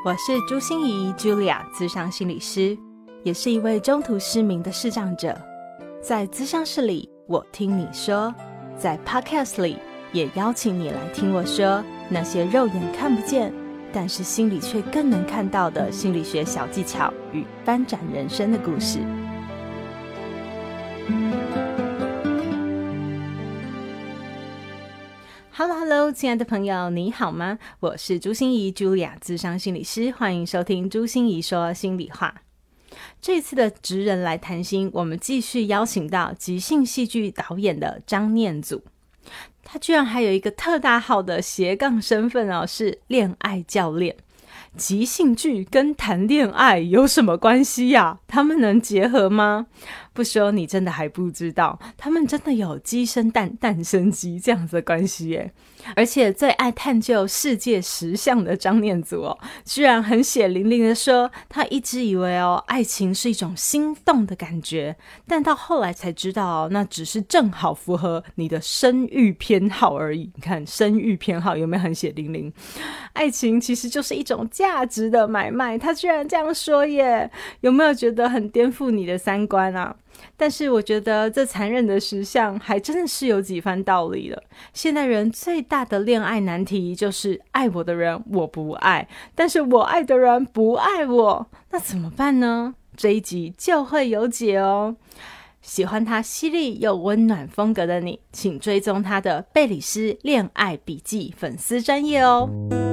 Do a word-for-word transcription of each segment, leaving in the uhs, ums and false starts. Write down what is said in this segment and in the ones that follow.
我是朱心怡 Julia 諮商心理师，也是一位中途失明的视障者。在諮商室里，我听你说，在 Podcast 里也邀请你来听我说那些肉眼看不见但是心里却更能看到的心理学小技巧与翻转人生的故事。Hello Hello， 亲爱的朋友，你好吗？我是朱心怡 Julia 諮商心理师，欢迎收听朱心怡说心里话。这次的职人来谈心，我们继续邀请到即兴戏剧导演的张念祖，他居然还有一个特大号的斜杠身份哦，是恋爱教练。即兴剧跟谈恋爱有什么关系呀？他们能结合吗？不说你真的还不知道，他们真的有鸡生蛋蛋生鸡这样子的关系耶。而且最爱探究世界实相的张念祖哦，居然很血淋淋的说，他一直以为哦，爱情是一种心动的感觉，但到后来才知道哦，那只是正好符合你的生育偏好而已。你看生育偏好有没有很血淋淋？爱情其实就是一种价值的买卖，他居然这样说耶，有没有觉得很颠覆你的三观啊？但是我觉得这残忍的实相还真的是有几番道理了。现代人最大的恋爱难题就是爱我的人我不爱，但是我爱的人不爱我，那怎么办呢？这一集就会有解哦。喜欢他犀利又温暖风格的你，请追踪他的贝里斯恋爱笔记粉丝专页哦。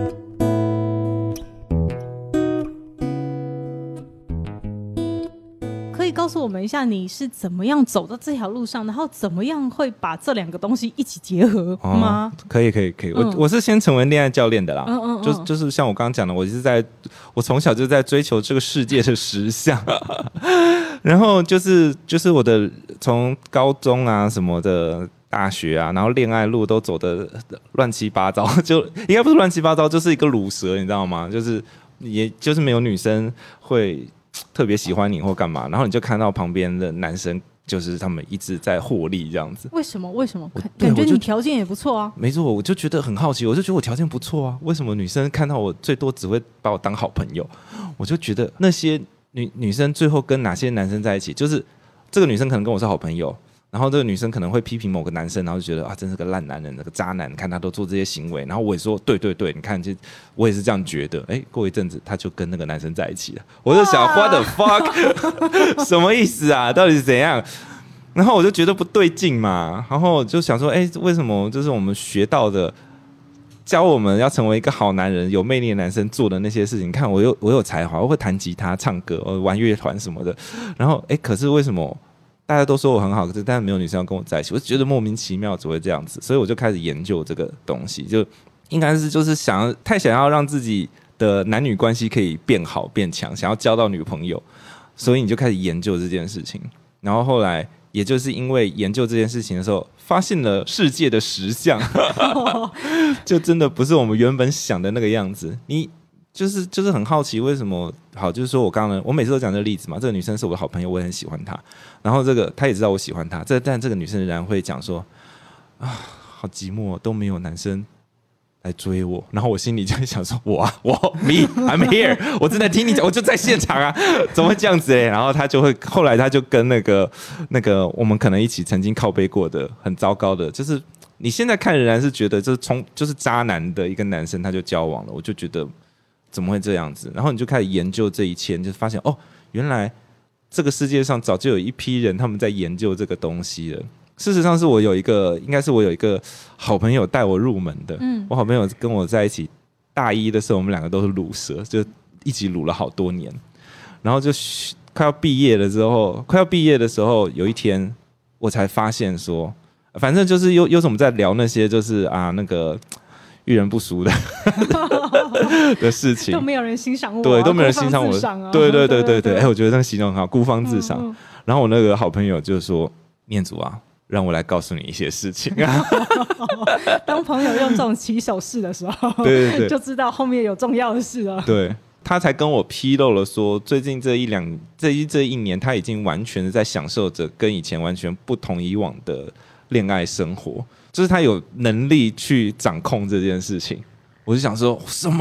可以告诉我们一下你是怎么样走到这条路上，然后怎么样会把这两个东西一起结合吗？ 哦、可以可以可以、嗯、我, 我是先成为恋爱教练的啦。 嗯嗯嗯就就是像我刚刚讲的，我是在我从小就在追求这个世界的实相然后就是就是我的从高中啊什么的大学啊，然后恋爱路都走得乱七八糟，就应该不是乱七八糟，就是一个鲁蛇，你知道吗？就是也就是没有女生会特别喜欢你或干嘛，然后你就看到旁边的男生就是他们一直在获利这样子。 为什么为什么感觉你条件也不错啊？ 没错，我就觉得很好奇，我就觉得我条件不错啊，为什么女生看到我最多只会把我当好朋友？我就觉得那些 女, 女生最后跟哪些男生在一起，就是这个女生可能跟我是好朋友，然后这个女生可能会批评某个男生，然后就觉得啊，真是个烂男人，那个渣男，看他都做这些行为，然后我也说对对对，你看，我也是这样觉得。哎，过一阵子他就跟那个男生在一起了，我就想 what the fuck 什么意思啊？到底是怎样？然后我就觉得不对劲嘛，然后就想说，哎，为什么就是我们学到的教我们要成为一个好男人、有魅力的男生做的那些事情，看我有我有才华，我会弹吉他、唱歌、我玩乐团什么的，然后哎，可是为什么大家都说我很好，可是但是没有女生要跟我在一起，我就觉得莫名其妙，只会这样子，所以我就开始研究这个东西，就应该是就是想太想要让自己的男女关系可以变好变强，想要交到女朋友，所以你就开始研究这件事情，然后后来也就是因为研究这件事情的时候，发现了世界的实相就真的不是我们原本想的那个样子。你就是就是很好奇为什么好，就是说我刚刚我每次都讲这个例子嘛，这个女生是我的好朋友，我也很喜欢她，然后这个她也知道我喜欢她，这但这个女生仍然会讲说啊，好寂寞，都没有男生来追我，然后我心里就会想说，我啊，我 me I'm here 我正在听你讲，我就在现场啊，怎么会这样子嘞？然后他就会后来他就跟那个那个我们可能一起曾经靠背过的很糟糕的，就是你现在看仍然是觉得就是从就是渣男的一个男生他就交往了，我就觉得怎么会这样子？然后你就开始研究这一切，你就发现哦，原来这个世界上早就有一批人他们在研究这个东西了。事实上是我有一个，应该是我有一个好朋友带我入门的。嗯，我好朋友跟我在一起，大一的时候我们两个都是鲁蛇，就一起鲁了好多年。然后就快要毕业了之后，快要毕业的时候，有一天我才发现说，反正就是又又是我们在聊那些就是啊那个遇人不淑的的事情， 都没有人欣赏我、啊， 对，都没有人欣赏我， 啊、 对对对对对，哎，我觉得那个形容很好，孤芳自赏。嗯嗯，然后我那个好朋友就说：“念祖啊，让我来告诉你一些事情。” 当朋友用这种起手式的时候， 对对对， 就知道后面有重要的事了。 对。他才跟我披露了说，最近这一两这一这一年，他已经完全在享受着跟以前完全不同以往的恋爱生活，就是他有能力去掌控这件事情。我就想说，什么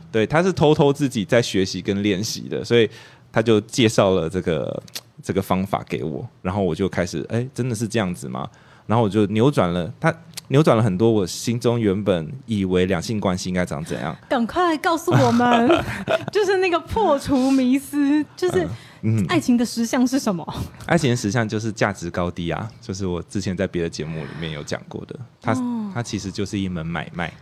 对，他是偷偷自己在学习跟练习的，所以他就介绍了这个这个方法给我，然后我就开始，哎，真的是这样子吗？然后我就扭转了他。扭转了很多我心中原本以为两性关系应该长怎样。 赶快告诉我们，就是那个破除迷思，就是爱情的实相是什么？嗯、 爱情的实相就是价值高低啊，就是我之前在别的节目里面有讲过的，它、哦、它其实就是一门买卖。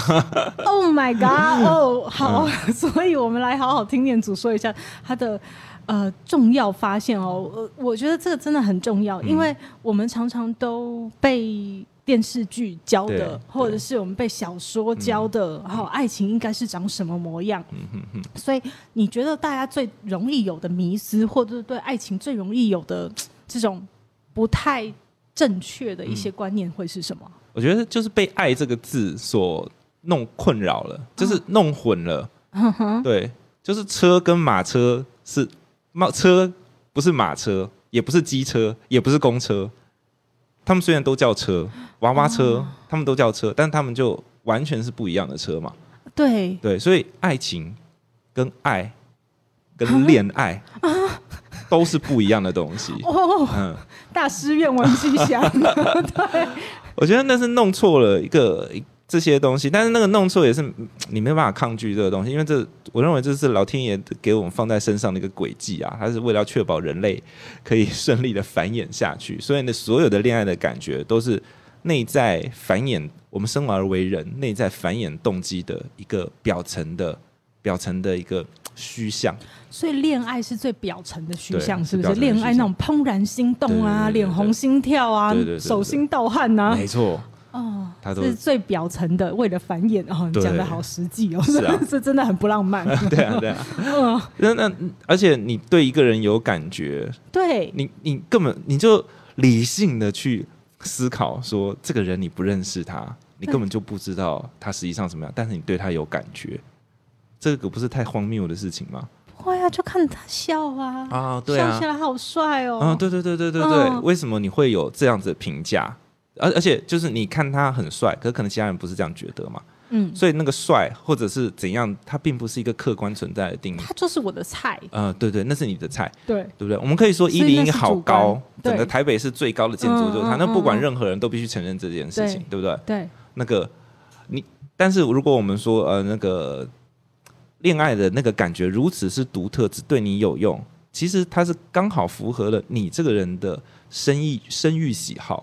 Oh my god！ 哦、oh, 好、嗯，所以我们来好好听念祖说一下他的。呃，重要发现哦，我觉得这个真的很重要，嗯、因为我们常常都被电视剧教的，或者是我们被小说教的，然后、嗯、爱情应该是长什么模样。嗯哼哼，所以你觉得大家最容易有的迷思，或者是对爱情最容易有的这种不太正确的一些观念会是什么？嗯、 我觉得就是被爱这个字所弄困扰了，就是弄混了。嗯、对，就是车跟马车是。车不是马车，也不是机车，也不是公车，他们虽然都叫车，娃娃车，哦、他们都叫车，但他们就完全是不一样的车嘛。 对对，所以爱情跟爱跟恋爱、啊、都是不一样的东西。 哦，嗯、大师愿闻其详。对， 我觉得那是弄错了一个。这些东西，但是那个弄错也是你没办法抗拒这个东西，因为这我认为这是老天爷给我们放在身上的一个轨迹啊，它是为了要确保人类可以顺利的繁衍下去，所以呢，所有的恋爱的感觉都是内在繁衍，我们生而为人内在繁衍动机的一个表层的表层的一个虚像。 所以恋爱是最表层的虚像，是不是？恋爱那种怦然心动啊，脸红心跳啊，对对对对对，手心盗汗啊， 没错。 哦，这是最表层的，为了繁衍哦，你讲的好实际哦， 是啊， 这真的很不浪漫。 对啊，对啊，嗯，那那而且你对一个人有感觉， 对你，你根本你就理性的去思考，说这个人你不认识他，你根本就不知道他实际上什么样，但是你对他有感觉，这个不是太荒谬的事情吗？ 不会啊，就看他笑啊， 啊，对啊， 笑起来好帅哦， 啊，对对对对对对，嗯、为什么你会有这样子的评价？而而且就是你看他很帅，可是可能其他人不是这样觉得嘛，嗯，所以那个帅或者是怎样，它并不是一个客观存在的定义， 他就是我的菜， 呃，对对，那是你的菜， 对对不对？我们可以说一零一好高，整个台北是最高的建筑就是它，那不管任何人都必须承认这件事情， 对, 对不对？ 对， 那个你，但是如果我们说呃那个恋爱的那个感觉如此是独特，只对你有用，其实它是刚好符合了你这个人的生意生育喜好。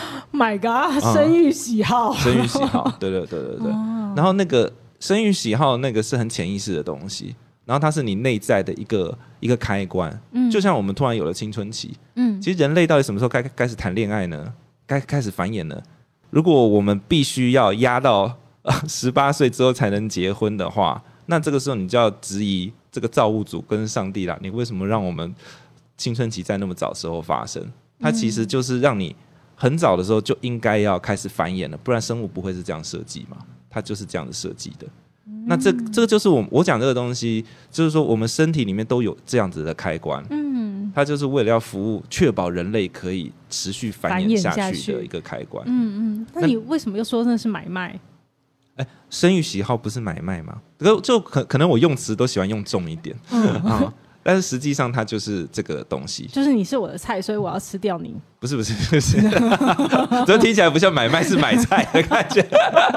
My God， 生育喜好， 嗯、生育喜好，对对对对对。哦、然后那个生育喜好，那个是很潜意识的东西，然后它是你内在的一个一个开关。嗯，就像我们突然有了青春期，嗯，其实人类到底什么时候该开始谈恋爱呢？该开始繁衍呢？如果我们必须要压到十八岁之后才能结婚的话，那这个时候你就要质疑这个造物主跟上帝啦，你为什么让我们青春期在那么早时候发生？它其实就是让你。很早的时候就应该要开始繁衍了，不然生物不会是这样设计嘛？它就是这样的设计的。嗯、那这这个就是我我讲这个东西，就是说我们身体里面都有这样子的开关，嗯，它就是为了要服务，确保人类可以持续繁衍下去的一个开关。 嗯嗯，那你为什么又说那是买卖？ 哎，生育喜好不是买卖吗？就可可能我用词都喜欢用重一点，嗯啊。但是实际上它就是这个东西， 就是你是我的菜，所以我要吃掉你。 不是不是不是，这听起来不像买卖，是买菜的感觉。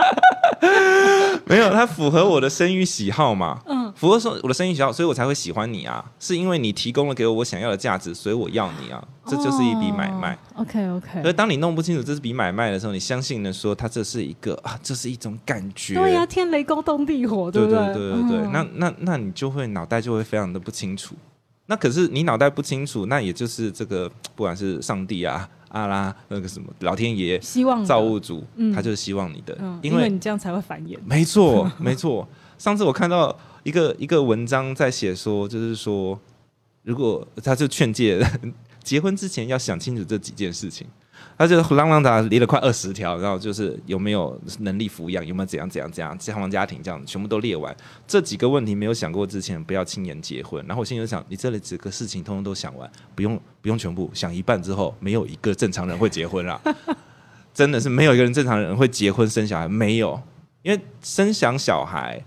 没有，它符合我的生育喜好嘛，嗯，符合我的生育喜好，所以我才会喜欢你啊，是因为你提供了给我我想要的价值，所以我要你啊，这就是一笔买卖。 哦、OK OK。 所以当你弄不清楚这是笔买卖的时候，你相信的说它这是一个啊，这是一种感觉。 对呀、啊，天雷勾动地火，对不对？ 对对对对对，嗯、那那那你就会脑袋就会非常的不清楚。那可是你脑袋不清楚，那也就是这个不管是上帝啊、阿拉那个什么老天爷、 希望造物主，嗯、他就是希望你的， 嗯、 因为因为你这样才会繁衍。 没错，没错。上次我看到一个一个文章在写说，就是说，如果他就劝诫结婚之前要想清楚这几件事情。他就啷啷达列了快二十条，然后就是有没有能力抚养，有没有怎样怎样怎样，健康家庭这样全部都列完。这几个问题没有想过之前，不要轻言结婚。然后我心里就想，你这里几个事情通通都想完，不用不用全部想一半之后，没有一个正常人会结婚啦。真的是没有一个人正常人会结婚生小孩，没有，因为生养小孩。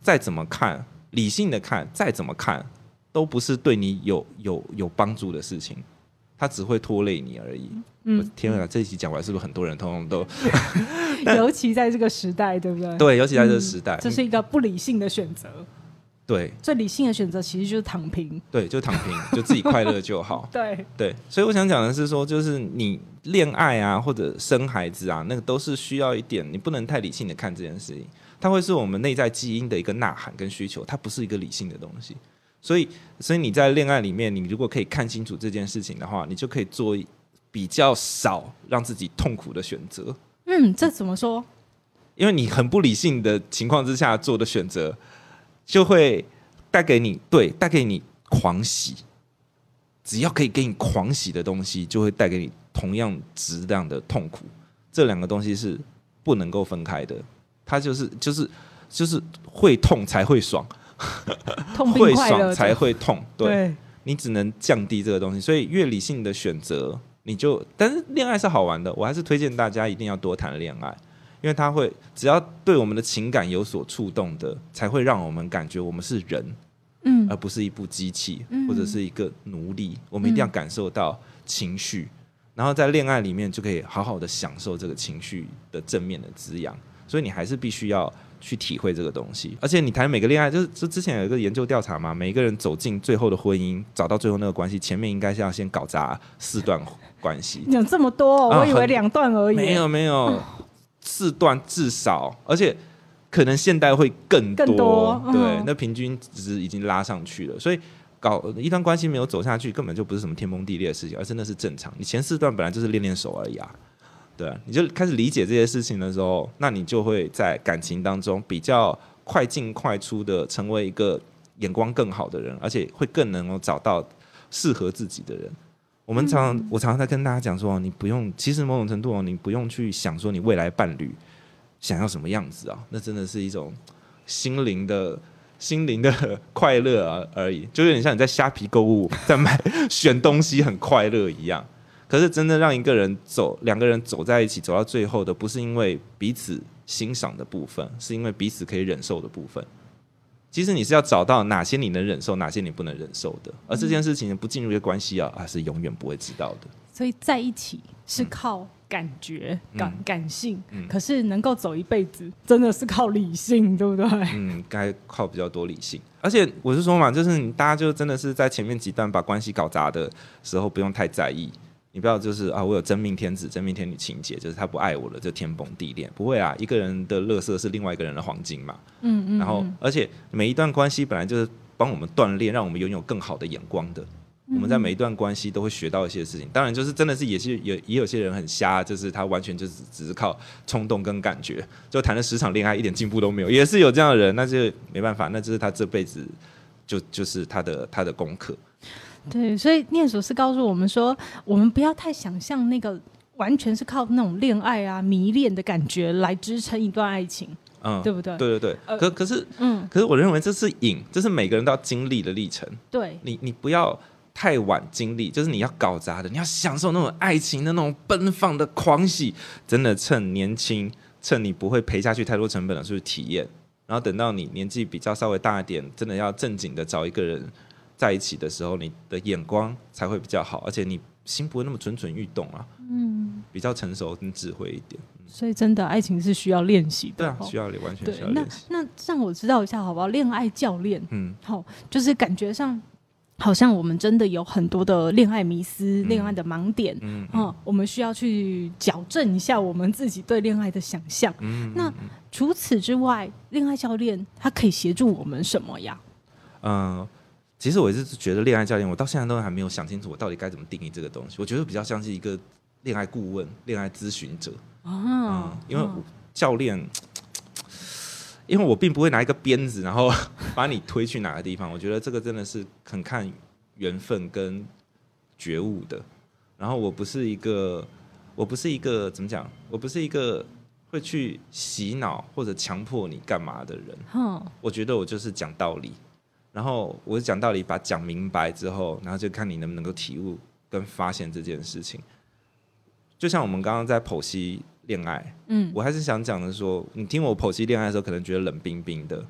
再怎么看，理性的看，再怎么看，都不是对你有有有帮助的事情，它只会拖累你而已。嗯，我天啊，这一集讲完是不是很多人通通都尤其在这个时代，对不对？ 对，尤其在这个时代， 嗯、这是一个不理性的选择。 对， 最理性的选择其实就是躺平。 对，就躺平，就自己快乐就好。 对对，所以我想讲的是说，就是你恋爱啊，或者生孩子啊，那个都是需要一点，你不能太理性的看这件事情，它会是我们内在基因的一个呐喊跟需求，它不是一个理性的东西。所以，所以你在恋爱里面，你如果可以看清楚这件事情的话，你就可以做比较少让自己痛苦的选择。 嗯，这怎么说？ 因为你很不理性的情况之下做的选择，就会带给你对带给你狂喜。只要可以给你狂喜的东西，就会带给你同样质量的痛苦。这两个东西是不能够分开的，它就是就是就是会痛才会爽。 痛并快乐会爽才会痛， 对, 对， 你只能降低这个东西，所以越理性的选择，你就但是恋爱是好玩的，我还是推荐大家一定要多谈恋爱，因为它会只要对我们的情感有所触动的，才会让我们感觉我们是人，嗯，而不是一部机器、嗯、或者是一个奴隶，我们一定要感受到情绪、嗯、然后在恋爱里面就可以好好的享受这个情绪的正面的滋养，所以你还是必须要去体会这个东西。而且你谈每个恋爱，就是就之前有一个研究调查嘛，每一个人走进最后的婚姻，找到最后那个关系，前面应该是要先搞砸四段关系。 有这么多、哦啊、我以为两段而已。 没有没有，四段至少，而且可能现代会更多。更多对、嗯，那平均值已经拉上去了，所以搞一段关系没有走下去，根本就不是什么天崩地裂的事情，而真的是正常。你前四段本来就是练练手而已啊。对，你就开始理解这些事情的时候，那你就会在感情当中比较快进快出的成为一个眼光更好的人，而且会更能够找到适合自己的人。我们常、嗯、我常常在跟大家讲说，你不用，其实某种程度你不用去想说你未来伴侣想要什么样子啊，那真的是一种心灵的心灵的快乐而已，就有点像你在虾皮购物在买选东西很快乐一样。可是真的让一个人走，两个人走在一起，走到最后的，不是因为彼此欣赏的部分，是因为彼此可以忍受的部分。其实你是要找到哪些你能忍受，哪些你不能忍受的，而这件事情不进入一个关系啊，啊是永远不会知道的。 所以在一起是靠感觉、嗯、感感性、嗯，可是能够走一辈子，真的是靠理性，对不对？ 嗯，该靠比较多理性。而且我是说嘛，就是大家就真的是在前面几段把关系搞砸的时候，不用太在意。你不要就是啊，我有真命天子、真命天女情节，就是他不爱我了就天崩地裂，不会啊，一个人的垃圾是另外一个人的黄金嘛。嗯 嗯, 嗯。然后，而且每一段关系本来就是帮我们锻炼，让我们拥有更好的眼光的。嗯、我们在每一段关系都会学到一些事情，当然就是真的是也是也也有些人很瞎，就是他完全就只只是靠冲动跟感觉，就谈了十场恋爱一点进步都没有，也是有这样的人，那就没办法，那就是他这辈子就就是他的他的功课。 对，所以念所是告诉我们说，我们不要太想象那个完全是靠那种恋爱啊、迷恋的感觉来支撑一段爱情，嗯，对不对？ 对对对。呃、可可是，嗯，可是我认为这是瘾，这是每个人都要经历的历程。 对， 你你不要太晚经历，就是你要搞砸的，你要享受那种爱情的那种奔放的狂喜，真的趁年轻，趁你不会赔下去太多成本的去体验，然后等到你年纪比较稍微大一点，真的要正经的找一个人在一起的时候，你的眼光才会比较好，而且你心不会那么蠢蠢欲动啊，嗯，比较成熟跟智慧一点。 所以真的爱情是需要练习的。 对啊，需要完全需要练习。 那那让我知道一下好不好？恋爱教练，嗯，好，就是感觉上好像我们真的有很多的恋爱迷思、恋、嗯、爱的盲点，嗯，嗯，我们需要去矫正一下我们自己对恋爱的想象。嗯，那除此之外，恋爱教练他可以协助我们什么呀？嗯。 其实我一直觉得恋爱教练，我到现在都还没有想清楚我到底该怎么定义这个东西。我觉得比较像是一个恋爱顾问、恋爱咨询者、哦嗯、因为教练、哦，因为我并不会拿一个鞭子然后把你推去哪个地方。我觉得这个真的是很看缘分跟觉悟的。然后我不是一个，我不是一个怎么讲？我不是一个会去洗脑或者强迫你干嘛的人。哦、我觉得我就是讲道理。然后我讲道理，把讲明白之后，然后就看你能不能够体悟跟发现这件事情。就像我们刚刚在剖析恋爱，嗯，我还是想讲的说，你听我剖析恋爱的时候，可能觉得冷冰冰的，可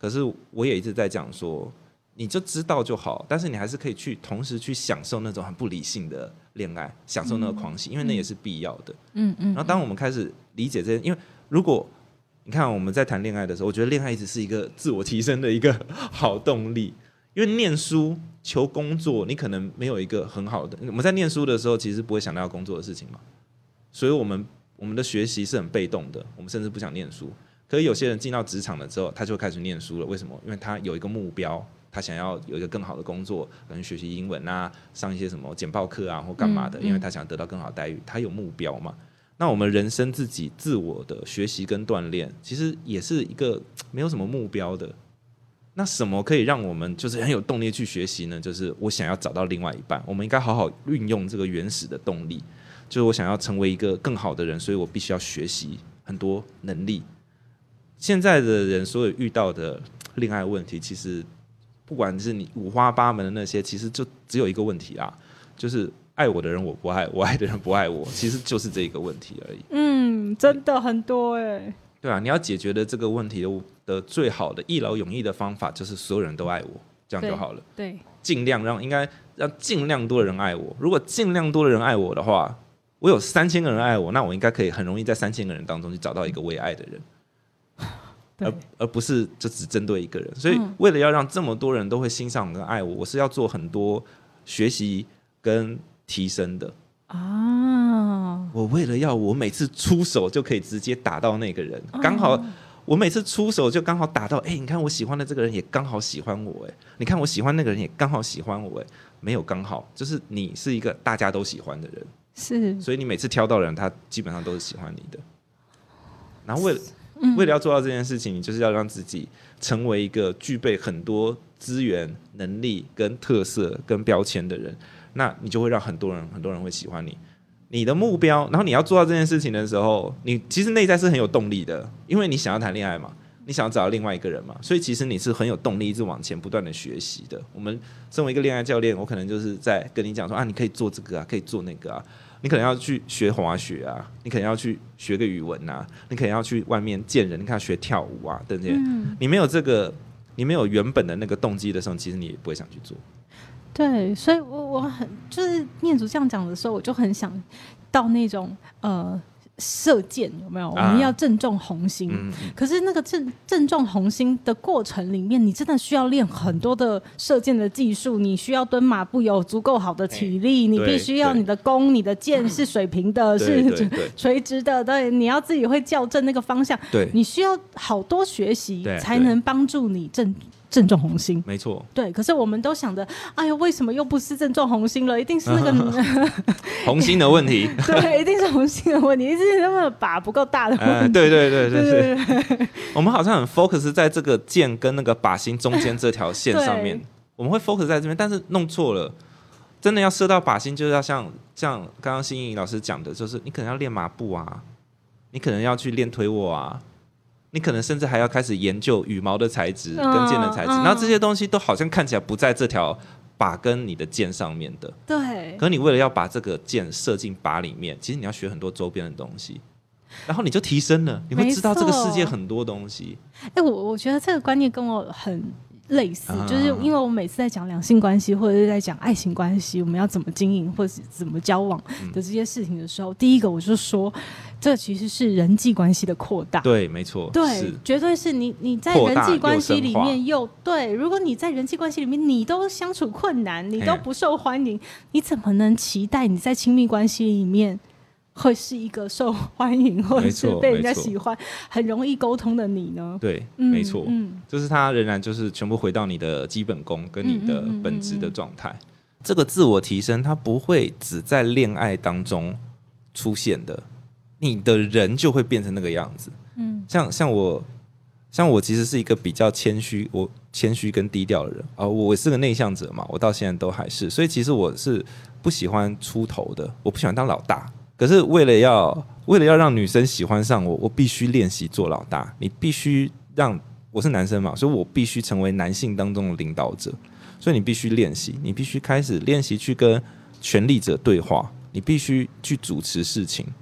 可是我也一直在讲说，你就知道就好，但是你还是可以去同时去享受那种很不理性的恋爱，享受那个狂喜，嗯、因为那也是必要的。嗯嗯。然后当我们开始理解这些，因为如果你看我们在谈恋爱的时候，我觉得恋爱一直是一个自我提升的一个好动力。因为念书求工作，你可能没有一个很好的。我们在念书的时候，其实不会想到要工作的事情嘛，所以我们我们的学习是很被动的，我们甚至不想念书。可是有些人进到职场了之后，他就开始念书了。为什么？因为他有一个目标，他想要有一个更好的工作，可能学习英文啊，上一些什么简报课啊，或干嘛的，因为他想得到更好的待遇，他有目标嘛。那我们人生自己自我的学习跟锻炼，其实也是一个没有什么目标的。那什么可以让我们就是很有动力去学习呢？就是我想要找到另外一半，我们应该好好运用这个原始的动力，就是我想要成为一个更好的人，所以我必须要学习很多能力。现在的人所有遇到的恋爱问题，其实不管是你五花八门的那些，其实就只有一个问题啦，就是爱我的人我不爱，我爱的人不爱我，其实就是这一个问题而已。嗯， 真的很多哎、欸。 对啊，你要解决的这个问题的最好的一劳永逸的方法，就是所有人都爱我，这样就好了。 对， 尽量让应该让尽量多的人爱我。如果尽量多的人爱我的话，我有三千个人爱我，那我应该可以很容易在三千个人当中去找到一个我也爱的人，而而不是就只针对一个人。所以为了要让这么多人都会欣赏跟爱我，我是要做很多学习跟提升的啊！我为了要我每次出手就可以直接打到那个人，刚好我每次出手就刚好打到，哎、欸，你看我喜欢的这个人也刚好喜欢我，哎，你看我喜欢那个人也刚好喜欢我，哎，没有刚好，就是你是一个大家都喜欢的人，是，所以你每次挑到的人，他基本上都是喜欢你的。然后为了、嗯、为了要做到这件事情，你就是要让自己成为一个具备很多资源、能力、跟特色、跟标签的人。那你就会让很多人很多人会喜欢你。你的目标，然后你要做到这件事情的时候，你其实内在是很有动力的，因为你想要谈恋爱嘛，你想要找到另外一个人嘛，所以其实你是很有动力一直往前不断的学习的。我们身为一个恋爱教练，我可能就是在跟你讲说啊，你可以做这个啊，可以做那个啊，你可能要去学滑雪啊，你可能要去学个语文啊，你可能要去外面见人，你看学跳舞啊等等、嗯、你没有这个你没有原本的那个动机的时候，其实你也不会想去做。 对，所以我我很就是念祖这样讲的时候，我就很想到那种呃射箭有没有？我们要正中红心，啊嗯、可是那个正正中红心的过程里面，你真的需要练很多的射箭的技术，你需要蹲马步，有足够好的体力，欸、你必须要你的弓、你的箭是水平的，是垂直的，对，你要自己会校正那个方向，对，你需要好多学习才能帮助你正。正中红心， 没错。 对，可是我们都想着，哎呀，为什么又不是正中红心了？一定是那个红心的问题。 对，一定是红心的问题，一定是那么靶不够大的问题。呃、 对对对对 对, 对, 对, 对我们好像很 focus 在这个箭跟那个靶心中间这条线上面，我们会 focus 在这边，但是弄错了。真的要射到靶心，就是要像像刚刚欣怡老师讲的，就是你可能要练马步啊，你可能要去练推握啊。你可能甚至还要开始研究羽毛的材质跟箭的材质、嗯嗯、然后这些东西都好像看起来不在这条靶跟你的箭上面的，对。可是你为了要把这个箭射进靶里面，其实你要学很多周边的东西，然后你就提升了，你会知道这个世界很多东西。哎， 我我觉得这个观念跟我很类似、啊、就是因为我每次在讲两性关系或者是在讲爱情关系，我们要怎么经营或者是怎么交往的这些事情的时候、嗯、第一个我就说这其实是人际关系的扩大。 对，没错， 对，绝对是你你在人际关系里面又对，如果你在人际关系里面你都相处困难，你都不受欢迎，你怎么能期待你在亲密关系里面会是一个受欢迎或者是被人家喜欢很容易沟通的你呢？ 对、嗯、没错、嗯、就是它仍然就是全部回到你的基本功跟你的本质的状态、嗯嗯嗯嗯、这个自我提升它不会只在恋爱当中出现的，你的人就会变成那个样子、嗯、像像我像我其实是一个比较谦虚我谦虚跟低调的人、啊、我是个内向者嘛，我到现在都还是，所以其实我是不喜欢出头的，我不喜欢当老大。可是为了要为了要让女生喜欢上我，我必须练习做老大。你必须让我是男生嘛，所以我必须成为男性当中的领导者。所以你必须练习，你必须开始练习去跟权力者对话，你必须去主持事情。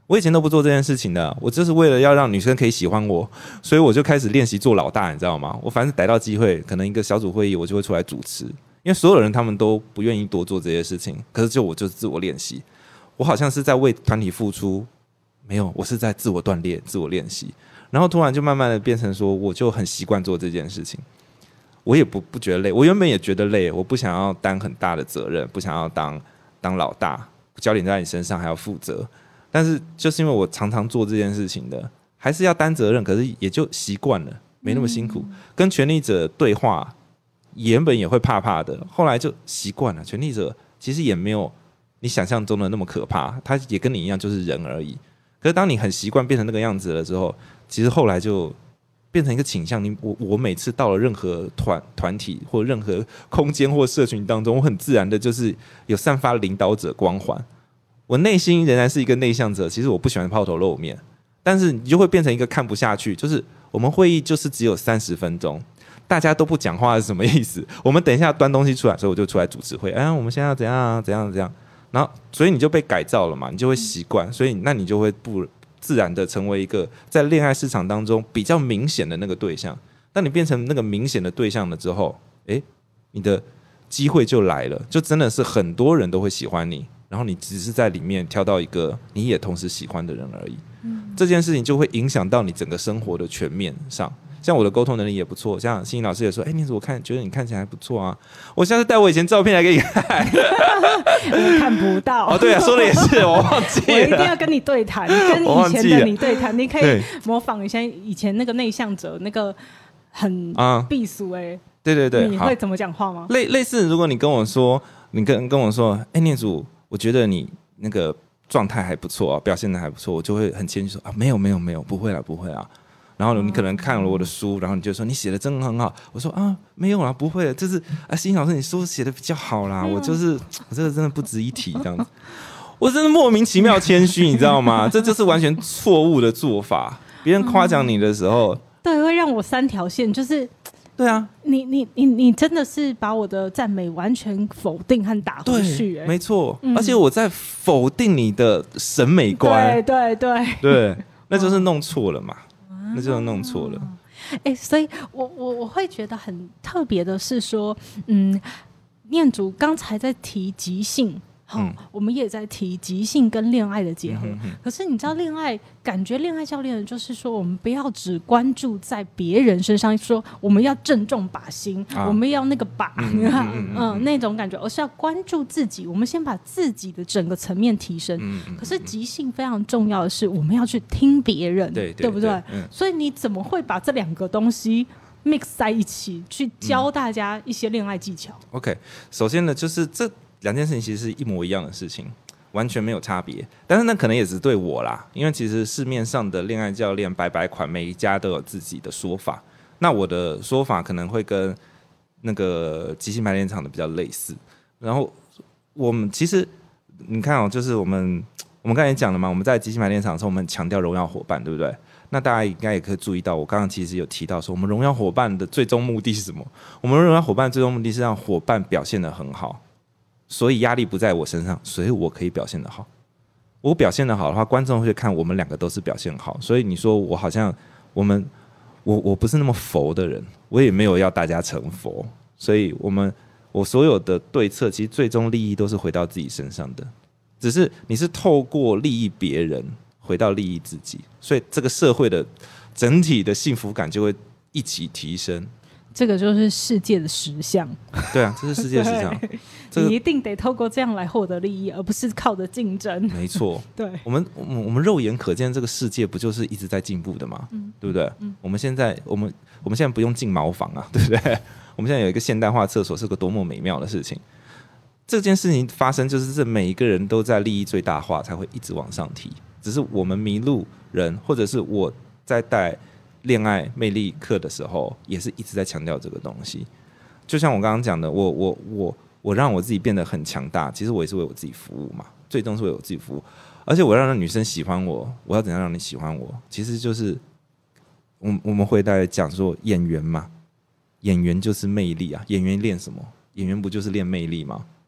我以前都不做这件事情的，我就是为了要让女生可以喜欢我，所以我就开始练习做老大，你知道吗？我反正逮到机会，可能一个小组会议，我就会出来主持，因为所有人他们都不愿意多做这些事情，可是就我就是自我练习，我好像是在为团体付出，没有，我是在自我锻炼、自我练习，然后突然就慢慢的变成说，我就很习惯做这件事情，我也不不觉得累，我原本也觉得累，我不想要担很大的责任，不想要当当老大，焦点在你身上还要负责。但是就是因为我常常做这件事情的，还是要担责任，可是也就习惯了，没那么辛苦。嗯、跟权力者对话，原本也会怕怕的，后来就习惯了。权力者其实也没有你想象中的那么可怕，他也跟你一样就是人而已。可是当你很习惯变成那个样子了之后，其实后来就变成一个倾向。你我我每次到了任何团团体或任何空间或社群当中，我很自然的就是有散发领导者光环。我内心仍然是一个内向者，其实我不喜欢抛头露面，但是你就会变成一个看不下去，就是我们会议就是只有三十分钟，大家都不讲话是什么意思？我们等一下端东西出来，所以我就出来主持会，哎，我们现在要怎样怎样怎样，然后所以你就被改造了嘛，你就会习惯，所以那你就会不自然的成为一个在恋爱市场当中比较明显的那个对象。当你变成那个明显的对象了之后，哎，你的机会就来了，就真的是很多人都会喜欢你。然后你只是在里面挑到一个你也同时喜欢的人而已、嗯、这件事情就会影响到你整个生活的全面上。像我的沟通能力也不错，像欣怡老师也说，哎，你怎么看觉得你看起来还不错啊，我下次带我以前照片来给你看我看不到哦，对啊，说的也是，我忘记了， 我一定要跟你对谈，跟你以前的你对谈，你可以模仿一下以前那个内向者那个很避俗哎、欸， 对对对， 你会怎么讲话吗？ 类类似，如果你跟我说，你跟跟我说，哎，念祖，我觉得你那个状态还不错、啊、表现的还不错，我就会很谦虚说啊，没有没有没有，不会啦不会啦。然后你可能看了我的书，然后你就说你写的真的很好，我说啊没有啦不会，就是啊欣老师你书写的比较好啦，我就是我这个真的不值一提这样子，我真的莫名其妙谦虚，你知道吗？这就是完全错误的做法。别人夸奖你的时候，嗯、 对，会让我三条线，就是。 对啊， 你你你你真的是把我的赞美完全否定和打回去、欸， 没错、嗯，而且我在否定你的审美观， 对对对对，那就是弄错了嘛，那就是弄错了。 哎、欸，所以我我我会觉得很特别的是说，嗯，念祖刚才在提即兴。好、嗯，我们也在提即兴跟恋爱的结合、嗯哼哼。可是你知道，恋爱感觉恋爱教练就是说，我们不要只关注在别人身上，说我们要正中靶心、啊，我们要那个靶，嗯, 嗯, 嗯, 嗯那种感觉，而是要关注自己。我们先把自己的整个层面提升。嗯嗯、可是即兴非常重要的是，我们要去听别人，对, 对, 对不对、嗯？所以你怎么会把这两个东西mix 在一起，去教大家一些恋爱技巧、 嗯、？OK， 首先呢，就是这。两件事情其实是一模一样的事情，完全没有差别。但是那可能也只对我啦，因为其实市面上的恋爱教练百百款，每一家都有自己的说法。那我的说法可能会跟那个即兴排练场的比较类似。然后我们其实你看哦，就是我们我们刚才讲了嘛，我们在即兴排练场的时候，我们强调荣耀伙伴，对不对？那大家应该也可以注意到，我刚刚其实有提到说，我们荣耀伙伴的最终目的是什么？我们荣耀伙伴的最终目的是让伙伴表现得很好。所以压力不在我身上，所以我可以表现得好。我表现得好的话，观众会看我们两个都是表现好。所以你说我好像我们我我不是那么佛的人，我也没有要大家成佛。所以我们我所有的对策，其实最终利益都是回到自己身上的，只是你是透过利益别人回到利益自己，所以这个社会的整体的幸福感就会一起提升。 这个就是世界的实相。 对啊，这是世界的实相、这个、 你一定得透过这样来获得利益，而不是靠着竞争。 没错， 对， 我们我们我们肉眼可见这个世界不就是一直在进步的吗、嗯、对不对、嗯、我们现在我们我们现在不用进茅房啊，对不对？我们现在有一个现代化厕所，是个多么美妙的事情。这件事情发生，就是这每一个人都在利益最大化，才会一直往上提。只是我们迷路人，或者是我在带恋爱魅力课的时候，也是一直在强调这个东西。就像我刚刚讲的，我我我我让我自己变得很强大，其实我也是为我自己服务嘛，最终是为我自己服务。而且我要让女生喜欢我，我要怎样让你喜欢我？其实就是我我们会在讲说演员嘛，演员就是魅力啊，演员练什么？演员不就是练魅力吗？嗯。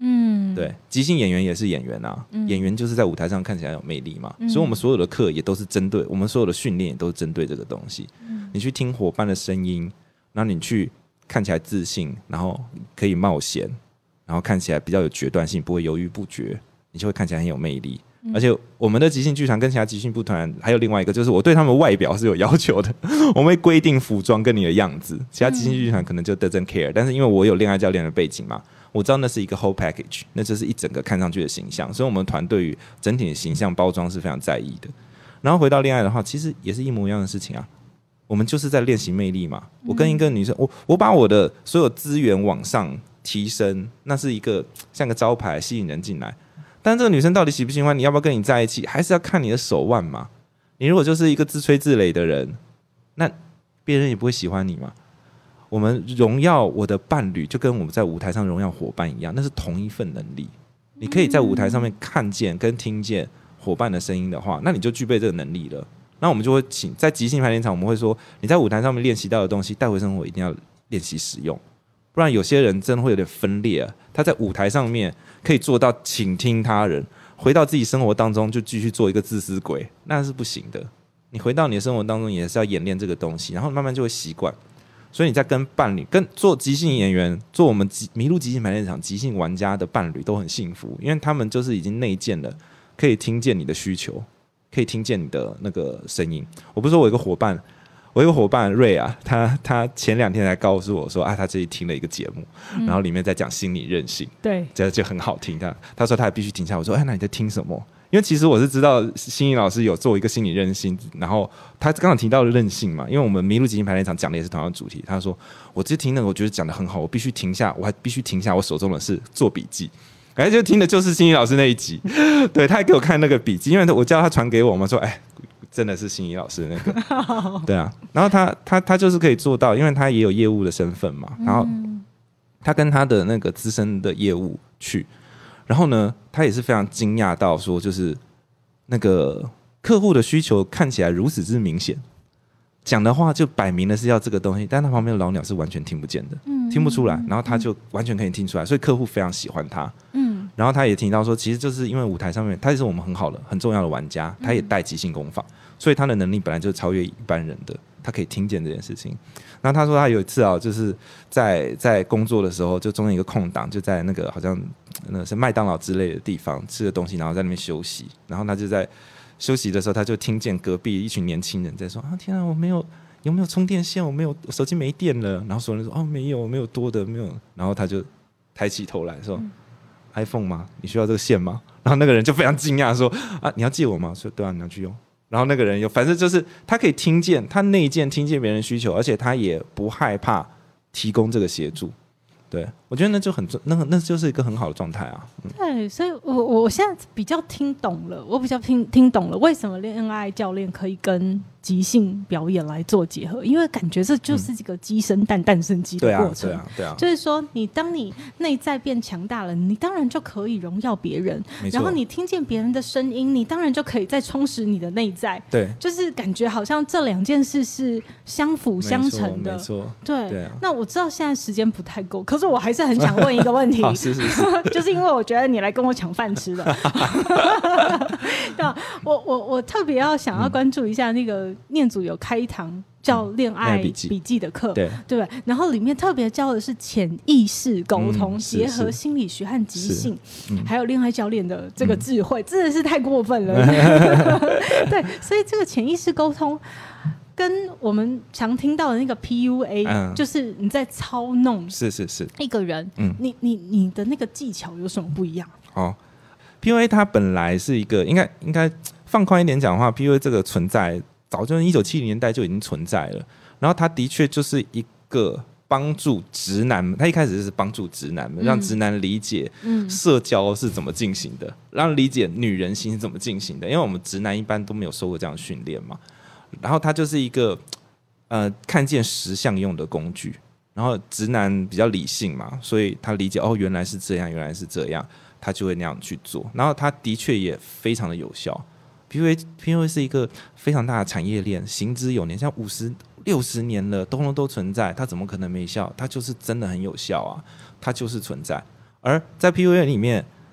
嗯，对，即兴演员也是演员啊，嗯、演员就是在舞台上看起来有魅力嘛，嗯、所以我们所有的课也都是针对，我们所有的训练也都是针对这个东西。嗯、你去听伙伴的声音，然后你去看起来自信，然后可以冒险，然后看起来比较有决断性，不会犹豫不决，你就会看起来很有魅力。嗯、而且我们的即兴剧团跟其他即兴剧团还有另外一个，就是我对他们外表是有要求的，我们会规定服装跟你的样子。其他即兴剧团可能就 doesn't care，、嗯、但是因为我有恋爱教练的背景嘛，我知道那是一个 whole package， 那就是一整个看上去的形象，所以我们团队于整体的形象包装是非常在意的。然后回到恋爱的话，其实也是一模一样的事情啊，我们就是在练习魅力嘛。我跟一个女生，我我把我的所有资源往上提升，那是一个像个招牌吸引人进来。但这个女生到底喜不喜欢你，要不要跟你在一起，还是要看你的手腕嘛。你如果就是一个自吹自擂的人，那别人也不会喜欢你嘛。我们荣耀我的伴侣，就跟我们在舞台上荣耀伙伴一样，那是同一份能力。你可以在舞台上面看见跟听见伙伴的声音的话，那你就具备这个能力了。那我们就会请在即兴排练场，我们会说你在舞台上面练习到的东西带回生活一定要练习使用，不然有些人真的会有点分裂啊。他在舞台上面可以做到倾听他人，回到自己生活当中就继续做一个自私鬼，那是不行的。你回到你的生活当中也是要演练这个东西，然后慢慢就会习惯。所以你在跟伴侣、跟做即兴演员、做我们迷路即兴排练场即兴玩家的伴侣都很幸福，因为他们就是已经内建了，可以听见你的需求，可以听见你的那个声音。我不是说我有一个伙伴，我有一个伙伴瑞啊，他他前两天才告诉我说啊，他自己听了一个节目，嗯、然后里面在讲心理韧性，对，这就很好听。他他说他也必须停下来，我说哎，那你在听什么？因为其实我是知道心怡老师有做一个心理韧性，然后他刚刚提到的韧性嘛，因为我们迷路即兴排练场讲的也是同样的主题。他说我这听那个我觉得讲的很好，我必须停下，我还必须停下我手中的事做笔记。哎，就听的就是心怡老师那一集，对，他还给我看那个笔记，因为我叫他传给我嘛，说哎，真的是心怡老师那个，对啊。然后他他他就是可以做到，因为他也有业务的身份嘛，然后他跟他的那个资深的业务去。然后呢，他也是非常惊讶到说，就是那个客户的需求看起来如此之明显，讲的话就摆明了是要这个东西，但他旁边的老鸟是完全听不见的，嗯、听不出来。然后他就完全可以听出来，所以客户非常喜欢他。嗯，然后他也提到说，其实就是因为舞台上面他也是我们很好的、很重要的玩家，他也带即兴工坊，所以他的能力本来就超越一般人的，他可以听见这件事情。然后他说他有一次啊，就是在在工作的时候，就中间一个空档，就在那个好像那是麦当劳之类的地方吃的东西，然后在那边休息。然后他就在休息的时候，他就听见隔壁一群年轻人在说：“啊，天啊，我没有有没有充电线？我没有，我手机没电了。”然后所有人说：“哦，没有，没有多的，没有。”然后他就抬起头来说、嗯、：“iPhone 吗？你需要这个线吗？”然后那个人就非常惊讶说：“啊，你要借我吗？”说：“对啊，你要去用。”然后那个人有，反正就是他可以听见，他内建听见别人需求，而且他也不害怕提供这个协助。对，我觉得那就很那个那就是一个很好的状态啊。嗯、 对，所以我我现在比较听懂了，我比较听听懂了为什么恋爱教练可以跟即兴表演来做结合，因为感觉这就是一个鸡生蛋蛋生鸡的过程。 对啊，对啊，对啊。 就是说，你当你内在变强大了，你当然就可以荣耀别人，然后你听见别人的声音，你当然就可以再充实你的内在。对，就是感觉好像这两件事是相辅相成的。 没错， 对。 对啊、 那我知道现在时间不太够，可是我还是很想问一个问题。 好，是是是， 就是因为我觉得你来跟我抢饭吃的。对啊，我我我特别要想要关注一下那个。念祖有开一堂叫恋爱笔记的课、嗯、对, 对，然后里面特别教的是潜意识沟通、嗯、结合心理学和即兴、嗯、还有恋爱教练的这个智慧、嗯、真的是太过分了。对，所以这个潜意识沟通跟我们常听到的那个 P U A、嗯、就是你在操弄是是是一个人、嗯、你, 你, 你的那个技巧有什么不一样？ 哦， P U A 它本来是一个应该应该放宽一点讲的话， P U A 这个存在早就一九七零年代就已经存在了，然后它的确就是一个帮助直男们，它一开始就是帮助直男们、嗯、让直男理解社交是怎么进行的、嗯、让理解女人心是怎么进行的，因为我们直男一般都没有受过这样的训练嘛，然后它就是一个呃看见实相用的工具，然后直男比较理性嘛，所以他理解哦原来是这样原来是这样，他就会那样去做，然后他的确也非常的有效。P U A, P U A 是一个非常大的产业链，行之有年，像五十六十年了，通通都存在，它怎么可能没效？它就是真的很有效啊，它就是存在。而在 P U A 里面，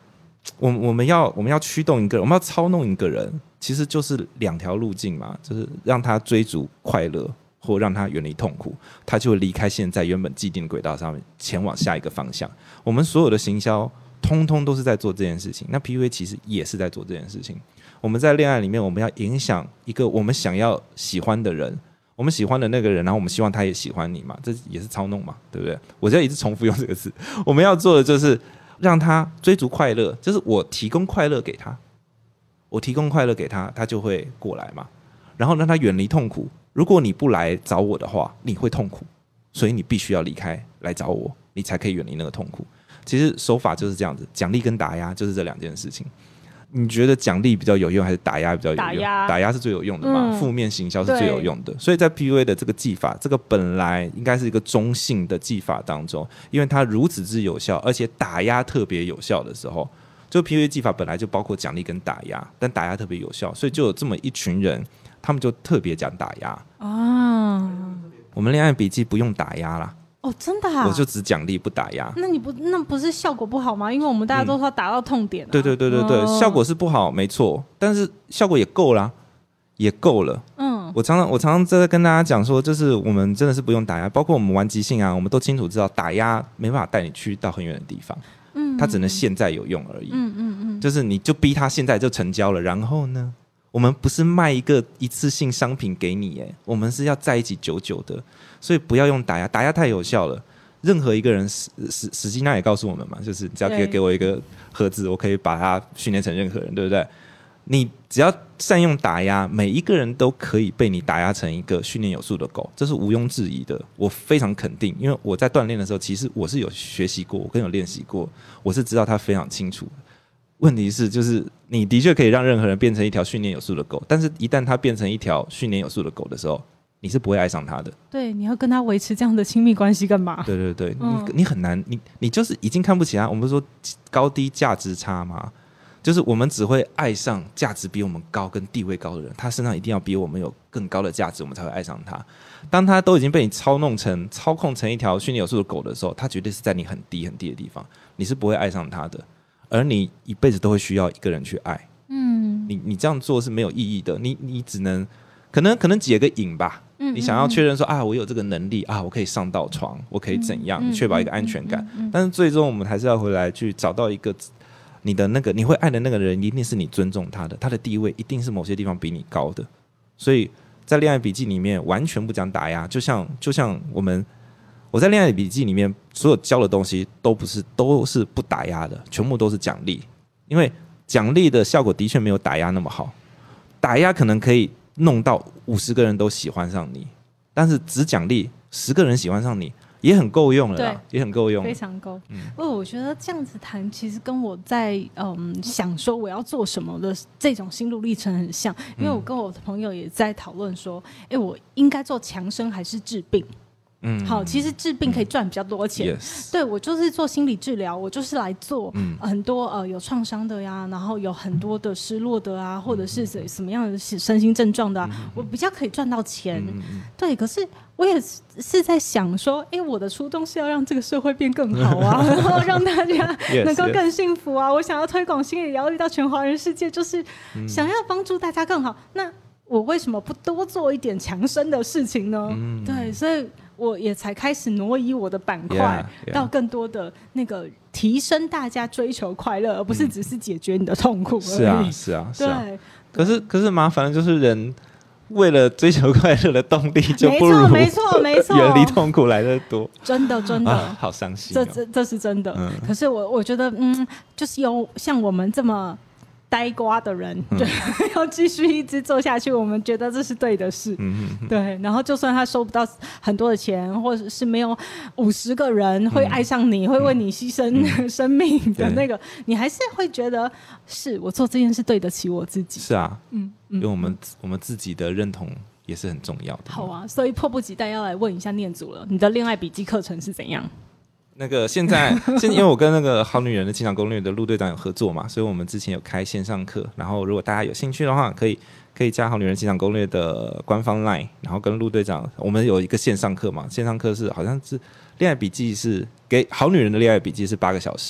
我我们要我们要驱动一个人，我们要操弄一个人，其实就是两条路径嘛，就是让他追逐快乐，或让他远离痛苦，他就会离开现在原本既定的轨道上面，前往下一个方向。我们所有的行销，通通都是在做这件事情。那 P U A 其实也是在做这件事情。我们在恋爱里面，我们要影响一个我们想要喜欢的人，我们喜欢的那个人，然后我们希望他也喜欢你嘛，这也是操弄嘛，对不对？我现在一直重复用这个字。我们要做的就是让他追逐快乐，就是我提供快乐给他，我提供快乐给他，他就会过来嘛。然后让他远离痛苦。如果你不来找我的话，你会痛苦，所以你必须要离开来找我，你才可以远离那个痛苦。其实手法就是这样子，奖励跟打压就是这两件事情。你觉得奖励比较有用，还是打压比较有用？ 打压， 打压是最有用的嘛，嗯、负面行销是最有用的。所以在 P U A 的这个技法，这个本来应该是一个中性的技法当中，因为它如此之有效，而且打压特别有效的时候，就 P U A 技法本来就包括奖励跟打压，但打压特别有效，所以就有这么一群人，他们就特别讲打压啊。我们恋爱笔记不用打压啦。 哦，真的啊？ 我就只奖励不打压。 那你不那不是效果不好吗？因为我们大家都说打到痛点、啊嗯、 对对对对对、哦，效果是不好没错，但是效果也够啦，也够了。嗯，我常常我常常在跟大家讲说，就是我们真的是不用打压，包括我们玩即兴啊，我们都清楚知道打压没办法带你去到很远的地方，嗯，它只能现在有用而已。嗯嗯嗯，就是你就逼他现在就成交了，然后呢？我们不是卖一个一次性商品给你耶，我们是要在一起久久的，所以不要用打压，打压太有效了。任何一个人，史史史基娜也告诉我们嘛，就是只要可以给我一个盒子，我可以把它训练成任何人，对不对？你只要善用打压，每一个人都可以被你打压成一个训练有素的狗，这是毋庸置疑的。我非常肯定，因为我在锻炼的时候，其实我是有学习过，我跟有练习过，我是知道它非常清楚的。问题是，就是你的确可以让任何人变成一条训练有素的狗，但是一旦它变成一条训练有素的狗的时候，你是不会爱上它的。 对，你要跟它维持这样的亲密关系干嘛？ 对对对，嗯、你你很难，你你就是已经看不起它。我们不是说高低价值差吗？就是我们只会爱上价值比我们高跟地位高的人，他身上一定要比我们有更高的价值，我们才会爱上他。当他都已经被你操弄成、操控成一条训练有素的狗的时候，他绝对是在你很低很低的地方，你是不会爱上他的。而你一辈子都会需要一个人去爱，嗯，你你这样做是没有意义的，你你只能可能可能解个瘾吧，嗯，你想要确认说啊，我有这个能力啊，我可以上到床，我可以怎样，嗯、确保一个安全感、嗯嗯嗯嗯。但是最终我们还是要回来去找到一个你的那个你会爱的那个人，一定是你尊重他的，他的地位一定是某些地方比你高的。所以在恋爱笔记里面完全不讲打压，就像就像我们。我在恋爱笔记里面所有教的东西都不是都是不打压的，全部都是奖励，因为奖励的效果的确没有打压那么好。打压可能可以弄到五十个人都喜欢上你，但是只奖励十个人喜欢上你也很够用了啦，也很够用， 非常够。嗯，我觉得这样子谈其实跟我在嗯想说我要做什么的这种心路历程很像，因为我跟我的朋友也在讨论说，哎，我应该做强生还是治病？嗯，好，其实治病可以赚比较多钱。嗯、对，我就是做心理治疗，我就是来做、嗯、很多呃有创伤的呀，然后有很多的失落的啊，或者是什么样的身心症状的啊，嗯、我比较可以赚到钱。嗯、对，可是我也是在想说，哎，我的初衷是要让这个社会变更好啊，然后让大家能够更幸福啊。Yes, yes. 我想要推广心理疗愈到全华人世界，就是想要帮助大家更好。那我为什么不多做一点强身的事情呢？嗯、对，所以。我也才开始挪移我的板块 yeah, yeah. 到更多的那个提升大家追求快乐，而不是只是解决你的痛苦而已。 是啊，是啊，是啊。可是，可是麻烦的就是人为了追求快乐的动力，就不如没错，没错， 远离痛苦来得多。 真的，真的， 啊、好伤心、哦。 这这这是真的。嗯、可是我我觉得，嗯，就是有像我们这么。呆瓜的人、嗯、要继续一直做下去，我们觉得这是对的事、嗯、对，然后就算他收不到很多的钱，或者是没有五十个人会爱上你、嗯、会为你牺牲、嗯、生命的那个、嗯、你还是会觉得是我做这件事对得起我自己。 是啊，嗯，因为我们、嗯、我们自己的认同也是很重要的。 好啊，所以迫不及待要来问一下念祖了，你的恋爱笔记课程是怎样？ 那个现在，现在因为我跟那个好女人的情场攻略的陆队长有合作嘛，所以我们之前有开线上课。然后如果大家有兴趣的话，可以可以加好女人情场攻略的官方 LINE， 然后跟陆队长，我们有一个线上课嘛，线上课是好像是恋爱笔记是给好女人的恋爱笔记是八个小时，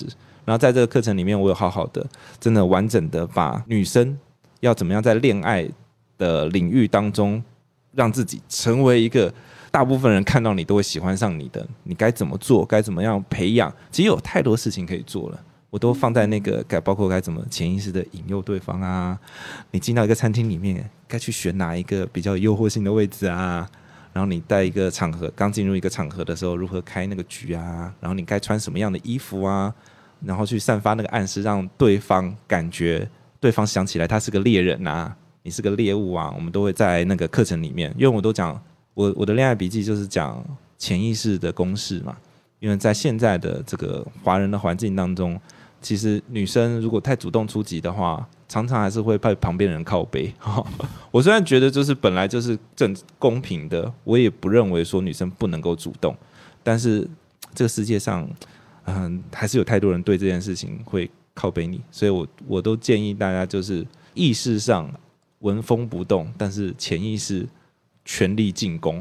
然后在这个课程里面，我有好好的真的完整的把女生要怎么样在恋爱的领域当中让自己成为一个大部分人看到你都会喜欢上你的，你该怎么做，该怎么样培养，其实有太多事情可以做了，我都放在那个该包括该怎么潜意识的引诱对方啊，你进到一个餐厅里面该去选哪一个比较有诱惑性的位置啊，然后你在一个场合刚进入一个场合的时候如何开那个局啊，然后你该穿什么样的衣服啊，然后去散发那个暗示，让对方感觉对方想起来他是个猎人啊，你是个猎物啊，我们都会在那个课程里面，因为我都讲我我的恋爱笔记就是讲潜意识的公式嘛，因为在现在的这个华人的环境当中，其实女生如果太主动出击的话，常常还是会被旁边人靠背。我虽然觉得就是本来就是正公平的，我也不认为说女生不能够主动，但是这个世界上，嗯，还是有太多人对这件事情会靠背你，所以我我都建议大家就是意识上纹风不动，但是潜意识全力进攻。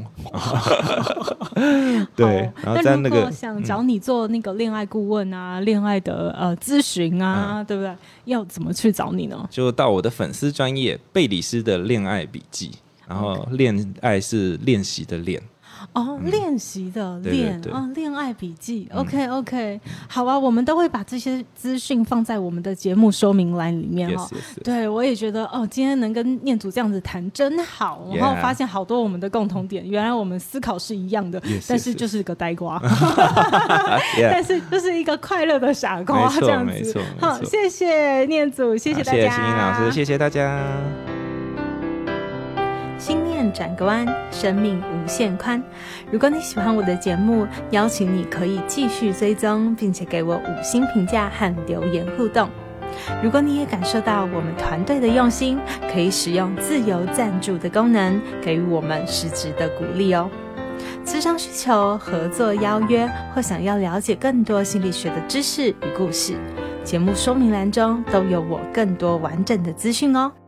对，然后在那个如果想找你做那个恋爱顾问啊、恋、嗯、爱的呃咨询啊、嗯，对不对？要怎么去找你呢？ 就到我的粉丝专页贝里斯的恋爱笔记，然后恋爱是练习的练。 哦，练、嗯、习的练啊，恋爱笔记、嗯、，OK OK， 好啊，我们都会把这些资讯放在我们的节目说明栏里面哦。Yes, yes, yes. 对，我也觉得哦，今天能跟念祖这样子谈真好， yeah. 然后发现好多我们的共同点，原来我们思考是一样的， yes, 但是就是个呆瓜， yes, 但是就是一个快乐的傻瓜这样子。好，谢谢念祖，谢谢大家， 谢谢欣怡老师，谢谢大家。 心念转个弯，生命无限宽。如果你喜欢我的节目，邀请你可以继续追踪，并且给我五星评价和留言互动。如果你也感受到我们团队的用心，可以使用自由赞助的功能，给予我们实质的鼓励哦。咨商需求、合作邀约，或想要了解更多心理学的知识与故事，节目说明栏中都有我更多完整的资讯哦。